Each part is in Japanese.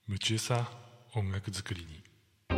夢中さ、音楽作りに。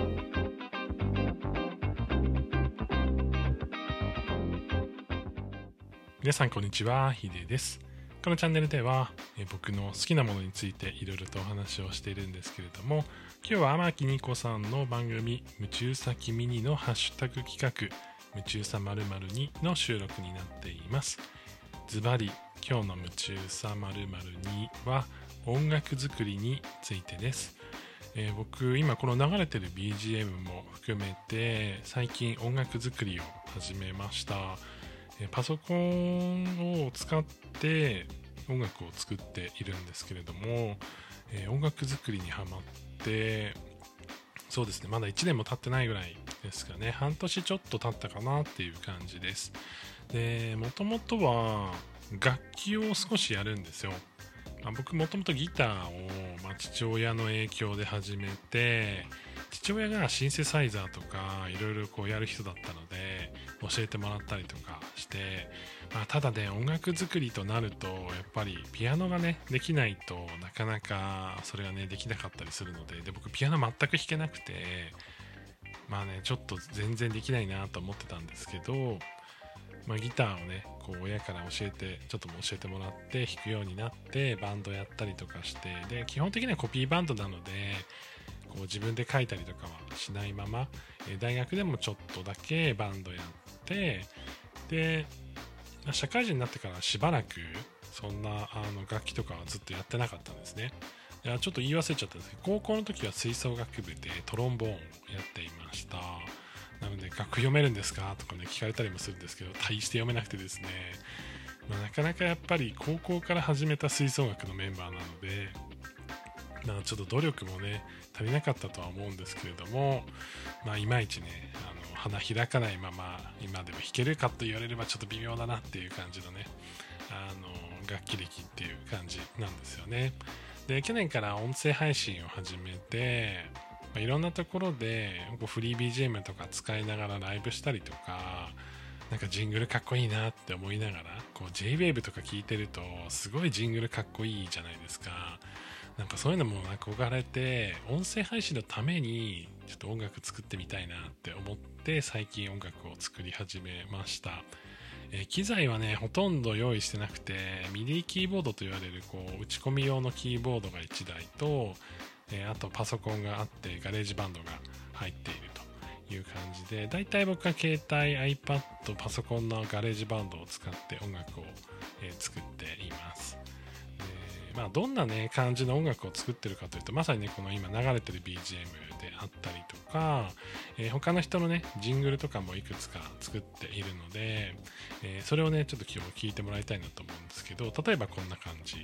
皆さんこんにちは、ヒデです。このチャンネルでは僕の好きなものについていろいろとお話をしているんですけれども、今日は天木ニコさんの番組夢中さ君にのハッシュタグ企画夢中さ〇〇にの収録になっています。ズバリ今日の夢中さ〇〇には音楽作りについてです。僕今この流れてる BGM も含めて最近音楽作りを始めました。パソコンを使って音楽を作っているんですけれども、音楽作りにハマってそうですね、まだ1年も経ってないぐらいですかね。半年ちょっと経ったかなっていう感じです。で、もともとは楽器を少しやるんですよ。僕もともとギターを、父親の影響で始めて、父親がシンセサイザーとかいろいろこうやる人だったので教えてもらったりとかして、ただね、音楽作りとなるとやっぱりピアノがねできないとなかなかそれがねできなかったりするので、僕ピアノ全く弾けなくて、ちょっと全然できないなと思ってたんですけど、ギターをねこう親から教えてもらって弾くようになってバンドやったりとかして、で基本的にはコピーバンドなのでこう自分で書いたりとかはしないまま、大学でもちょっとだけバンドやって、で社会人になってからしばらくそんな楽器とかはずっとやってなかったんですね。ちょっと言い忘れちゃったんですけど、高校の時は吹奏楽部でトロンボーンをやっていました。なので楽譜読めるんですかとかね聞かれたりもするんですけど、大して読めなくてですね、なかなかやっぱり高校から始めた吹奏楽のメンバーなので、ちょっと努力もね足りなかったとは思うんですけれども、いまいちね花開かないまま今でも弾けるかと言われればちょっと微妙だなっていう感じのね楽器歴っていう感じなんですよね。で去年から音声配信を始めて、いろんなところでフリー BGM とか使いながらライブしたりとか、なんかジングルかっこいいなって思いながらこう J-Wave とか聞いてるとすごいジングルかっこいいじゃないですか。なんかそういうのも憧れて、音声配信のためにちょっと音楽作ってみたいなって思って最近音楽を作り始めました。機材はねほとんど用意してなくて、ミディキーボードと言われるこう打ち込み用のキーボードが1台と、あとパソコンがあってガレージバンドが入っているという感じで、だいたい僕は携帯 iPad パソコンのガレージバンドを使って音楽を、作っています。どんなね感じの音楽を作ってるかというと、まさにねこの今流れてる BGM であったりとか、他の人のねジングルとかもいくつか作っているので、それをねちょっと今日聞いてもらいたいなと思うんですけど、例えばこんな感じ。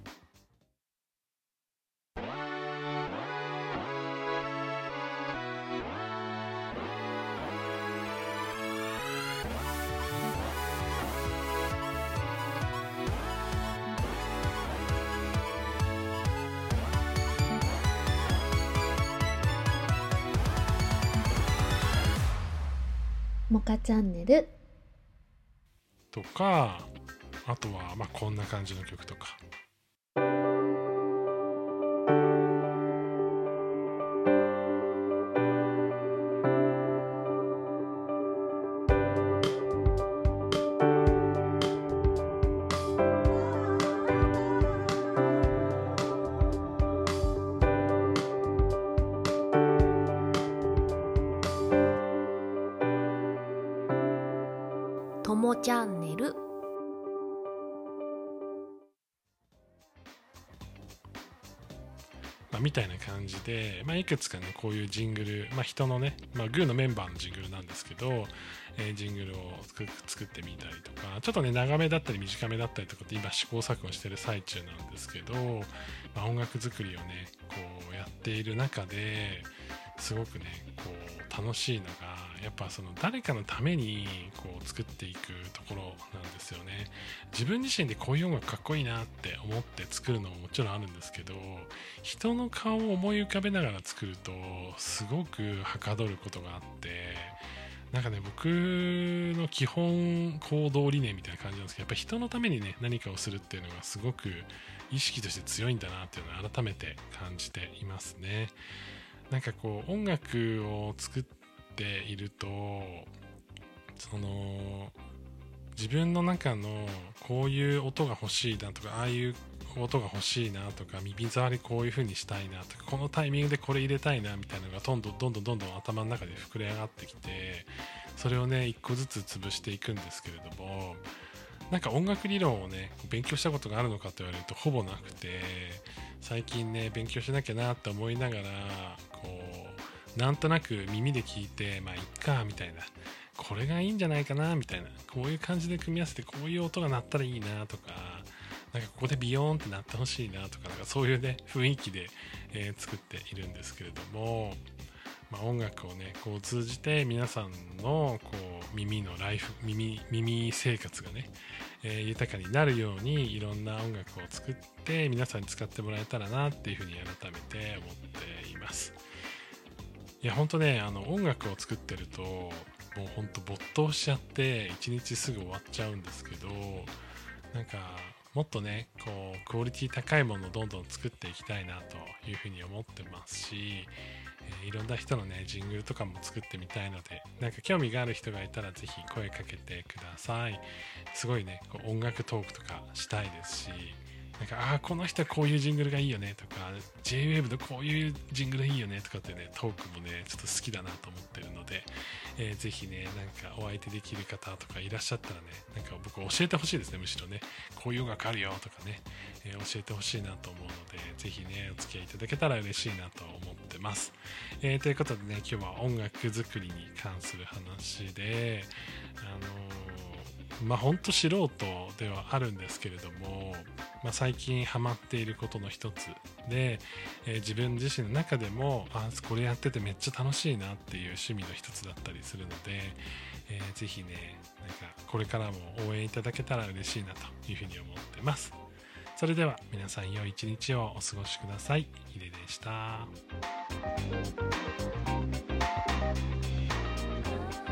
モカチャンネルとか、あとはこんな感じの曲とか。 ともチャンネルみたいな感じで、いくつかねこういうジングル、人のね、グーのメンバーのジングルなんですけど、ジングルを作ってみたりとか、ちょっとね長めだったり短めだったりとかって今試行錯誤してる最中なんですけど、音楽作りをねこうやっている中ですごくねこう楽しいのが、やっぱその誰かのためにこう作っていくところなんですよね。自分自身でこういう音楽かっこいいなって思って作るのももちろんあるんですけど、人の顔を思い浮かべながら作るとすごくはかどることがあって、 なんかね、僕の基本行動理念みたいな感じなんですけど、やっぱり人のためにね何かをするっていうのがすごく意識として強いんだなっていうのを改めて感じていますね。なんかこう音楽を作っていると、その自分の中のこういう音が欲しいなとか、ああいう音が欲しいなとか、耳障りこういう風にしたいなとか、このタイミングでこれ入れたいなみたいなのがどんどん頭の中で膨れ上がってきて、それをね一個ずつ潰していくんですけれども、なんか音楽理論をね勉強したことがあるのかと言われるとほぼなくて、最近ね勉強しなきゃなって思いながら、こうなんとなく耳で聞いて、まあいっかみたいな、これがいいんじゃないかなみたいな、こういう感じで組み合わせてこういう音が鳴ったらいいなとか、なんかここでビヨーンって鳴ってほしいなとか、なんかそういうね雰囲気で、作っているんですけれども、まあ、音楽をねこう通じて皆さんのこう耳のライフ、耳生活がね、豊かになるようにいろんな音楽を作って皆さんに使ってもらえたらなっていうふうに改めて思っています。いや本当ね、音楽を作ってるともう本当没頭しちゃって一日すぐ終わっちゃうんですけど、なんかもっとねこうクオリティ高いものをどんどん作っていきたいなというふうに思ってますし、いろんな人のねジングルとかも作ってみたいので、なんか興味がある人がいたらぜひ声かけてください。すごいねこう音楽トークとかしたいですし、なんかこの人はこういうジングルがいいよねとか、 J-WAVE のこういうジングルいいよねとかってねトークもねちょっと好きだなと思ってるので、ぜひねなんかお相手できる方とかいらっしゃったらね、なんか僕教えてほしいですね。むしろねこういう音楽あるよとかね、教えてほしいなと思うので、ぜひねお付き合いいただけたら嬉しいなと思ってます。ということでね、今日は音楽作りに関する話で、まあ本当素人ではあるんですけれども、まあ、最近ハマっていることの一つで、自分自身の中でもこれやっててめっちゃ楽しいなっていう趣味の一つだったりするので、ぜひねなんかこれからも応援いただけたら嬉しいなというふうに思ってます。それでは皆さん良い一日をお過ごしください。ヒデでした。